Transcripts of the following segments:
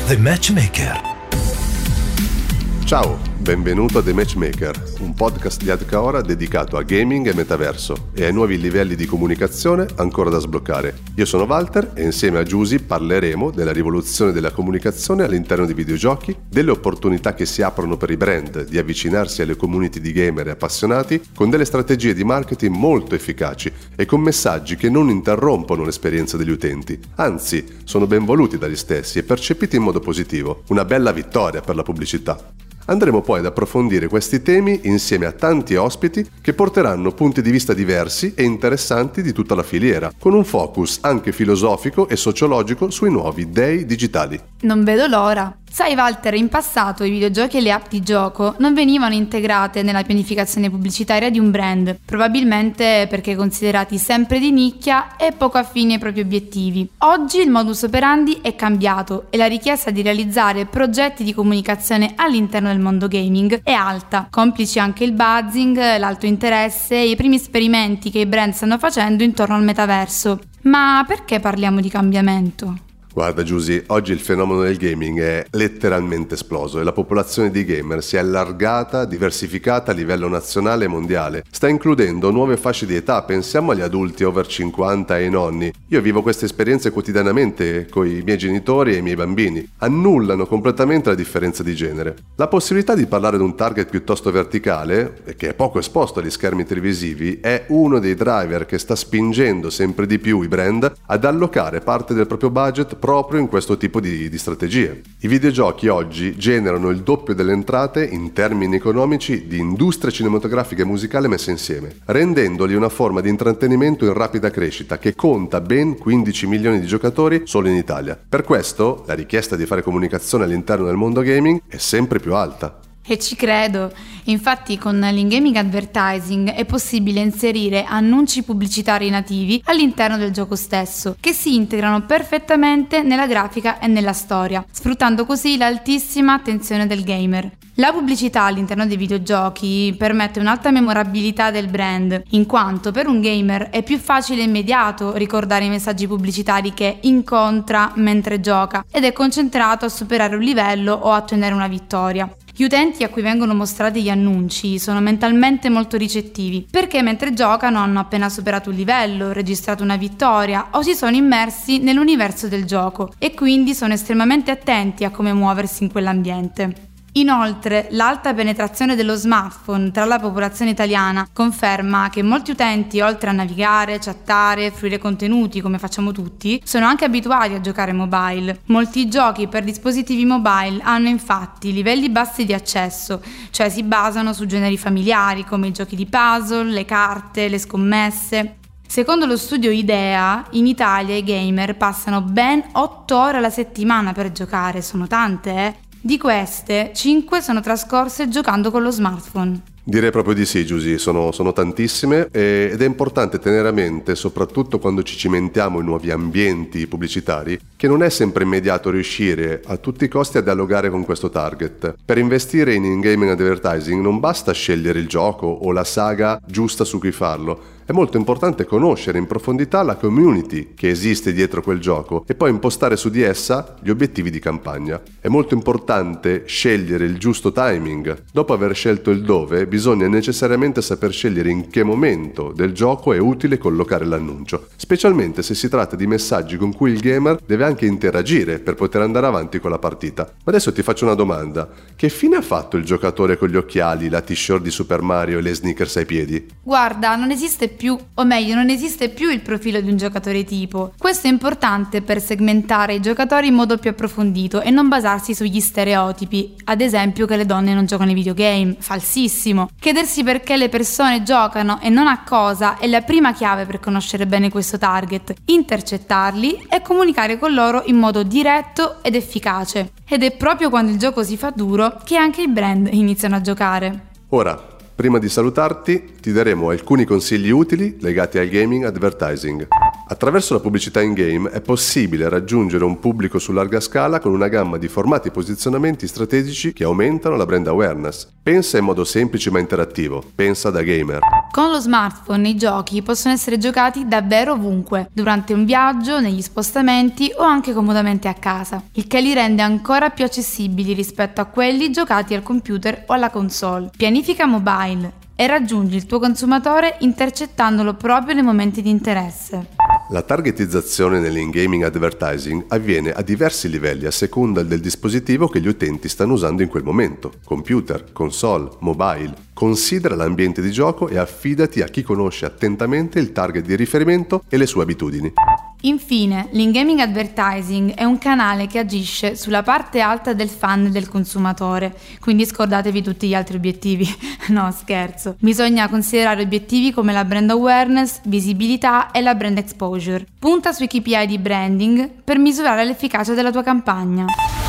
The Matchmaker. Ciao, benvenuto a The Matchmaker, un podcast di Adcaora dedicato a gaming e metaverso e ai nuovi livelli di comunicazione ancora da sbloccare. Io sono Walter e insieme a Giusy parleremo della rivoluzione della comunicazione all'interno dei videogiochi, delle opportunità che si aprono per i brand di avvicinarsi alle community di gamer e appassionati con delle strategie di marketing molto efficaci e con messaggi che non interrompono l'esperienza degli utenti, anzi sono ben voluti dagli stessi e percepiti in modo positivo. Una bella vittoria per la pubblicità. Andremo poi ad approfondire questi temi insieme a tanti ospiti che porteranno punti di vista diversi e interessanti di tutta la filiera, con un focus anche filosofico e sociologico sui nuovi dei digitali. Non vedo l'ora! Sai Walter, in passato i videogiochi e le app di gioco non venivano integrate nella pianificazione pubblicitaria di un brand, probabilmente perché considerati sempre di nicchia e poco affini ai propri obiettivi. Oggi il modus operandi è cambiato e la richiesta di realizzare progetti di comunicazione all'interno del mondo gaming è alta, complici anche il buzzing, l'alto interesse e i primi esperimenti che i brand stanno facendo intorno al metaverso. Ma perché parliamo di cambiamento? Guarda Giusy, oggi il fenomeno del gaming è letteralmente esploso e la popolazione di gamer si è allargata, diversificata a livello nazionale e mondiale. Sta includendo nuove fasce di età, pensiamo agli adulti over 50 e ai nonni. Io vivo queste esperienze quotidianamente con i miei genitori e i miei bambini. Annullano completamente la differenza di genere. La possibilità di parlare ad un target piuttosto verticale, che è poco esposto agli schermi televisivi, è uno dei driver che sta spingendo sempre di più i brand ad allocare parte del proprio budget proprio in questo tipo di strategie. I videogiochi oggi generano il doppio delle entrate in termini economici di industria cinematografica e musicale messe insieme, rendendoli una forma di intrattenimento in rapida crescita che conta ben 15 milioni di giocatori solo in Italia. Per questo la richiesta di fare comunicazione all'interno del mondo gaming è sempre più alta. E ci credo, infatti con l'in-gaming advertising è possibile inserire annunci pubblicitari nativi all'interno del gioco stesso, che si integrano perfettamente nella grafica e nella storia, sfruttando così l'altissima attenzione del gamer. La pubblicità all'interno dei videogiochi permette un'alta memorabilità del brand, in quanto per un gamer è più facile e immediato ricordare i messaggi pubblicitari che incontra mentre gioca ed è concentrato a superare un livello o a ottenere una vittoria. Gli utenti a cui vengono mostrati gli annunci sono mentalmente molto ricettivi perché mentre giocano hanno appena superato un livello, registrato una vittoria o si sono immersi nell'universo del gioco e quindi sono estremamente attenti a come muoversi in quell'ambiente. Inoltre, l'alta penetrazione dello smartphone tra la popolazione italiana conferma che molti utenti, oltre a navigare, chattare, fruire contenuti come facciamo tutti, sono anche abituati a giocare mobile. Molti giochi per dispositivi mobile hanno infatti livelli bassi di accesso, cioè si basano su generi familiari come i giochi di puzzle, le carte, le scommesse. Secondo lo studio IDEA, in Italia i gamer passano ben 8 ore alla settimana per giocare, sono tante, eh? Di queste, 5 sono trascorse giocando con lo smartphone. Direi proprio di sì, Giusy, sono tantissime ed è importante tenere a mente, soprattutto quando ci cimentiamo in nuovi ambienti pubblicitari, che non è sempre immediato riuscire a tutti i costi a dialogare con questo target. Per investire in in-gaming advertising non basta scegliere il gioco o la saga giusta su cui farlo. È molto importante conoscere in profondità la community che esiste dietro quel gioco e poi impostare su di essa gli obiettivi di campagna. È molto importante scegliere il giusto timing. Dopo aver scelto il dove, bisogna necessariamente saper scegliere in che momento del gioco è utile collocare l'annuncio, specialmente se si tratta di messaggi con cui il gamer deve anche interagire per poter andare avanti con la partita. Ma adesso ti faccio una domanda: che fine ha fatto il giocatore con gli occhiali, la t-shirt di Super Mario e le sneakers ai piedi? Guarda, non esiste più il profilo di un giocatore tipo. Questo è importante per segmentare i giocatori in modo più approfondito e non basarsi sugli stereotipi, ad esempio che le donne non giocano ai videogame, falsissimo. Chiedersi perché le persone giocano e non a cosa è la prima chiave per conoscere bene questo target, intercettarli e comunicare con loro in modo diretto ed efficace. Ed è proprio quando il gioco si fa duro che anche i brand iniziano a giocare. Ora, prima di salutarti, ti daremo alcuni consigli utili legati al gaming advertising. Attraverso la pubblicità in-game è possibile raggiungere un pubblico su larga scala con una gamma di formati e posizionamenti strategici che aumentano la brand awareness. Pensa in modo semplice ma interattivo. Pensa da gamer. Con lo smartphone i giochi possono essere giocati davvero ovunque, durante un viaggio, negli spostamenti o anche comodamente a casa, il che li rende ancora più accessibili rispetto a quelli giocati al computer o alla console. Pianifica mobile e raggiungi il tuo consumatore intercettandolo proprio nei momenti di interesse. La targetizzazione nell'in-gaming advertising avviene a diversi livelli a seconda del dispositivo che gli utenti stanno usando in quel momento: computer, console, mobile. Considera l'ambiente di gioco e affidati a chi conosce attentamente il target di riferimento e le sue abitudini. Infine, l'in-gaming advertising è un canale che agisce sulla parte alta del funnel del consumatore, quindi scordatevi tutti gli altri obiettivi. No, scherzo. Bisogna considerare obiettivi come la brand awareness, visibilità e la brand exposure. Punta sui KPI di branding per misurare l'efficacia della tua campagna.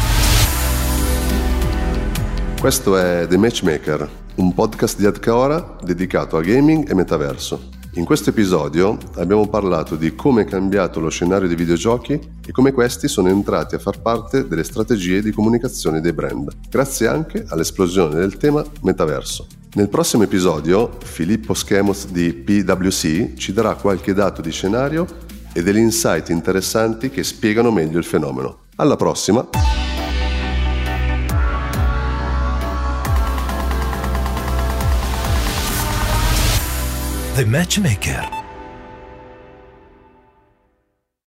Questo è The Matchmaker, un podcast di Adcaora dedicato a gaming e metaverso. In questo episodio abbiamo parlato di come è cambiato lo scenario dei videogiochi e come questi sono entrati a far parte delle strategie di comunicazione dei brand, grazie anche all'esplosione del tema metaverso. Nel prossimo episodio Filippo Schemos di PwC ci darà qualche dato di scenario e degli insight interessanti che spiegano meglio il fenomeno. Alla prossima! The Matchmaker.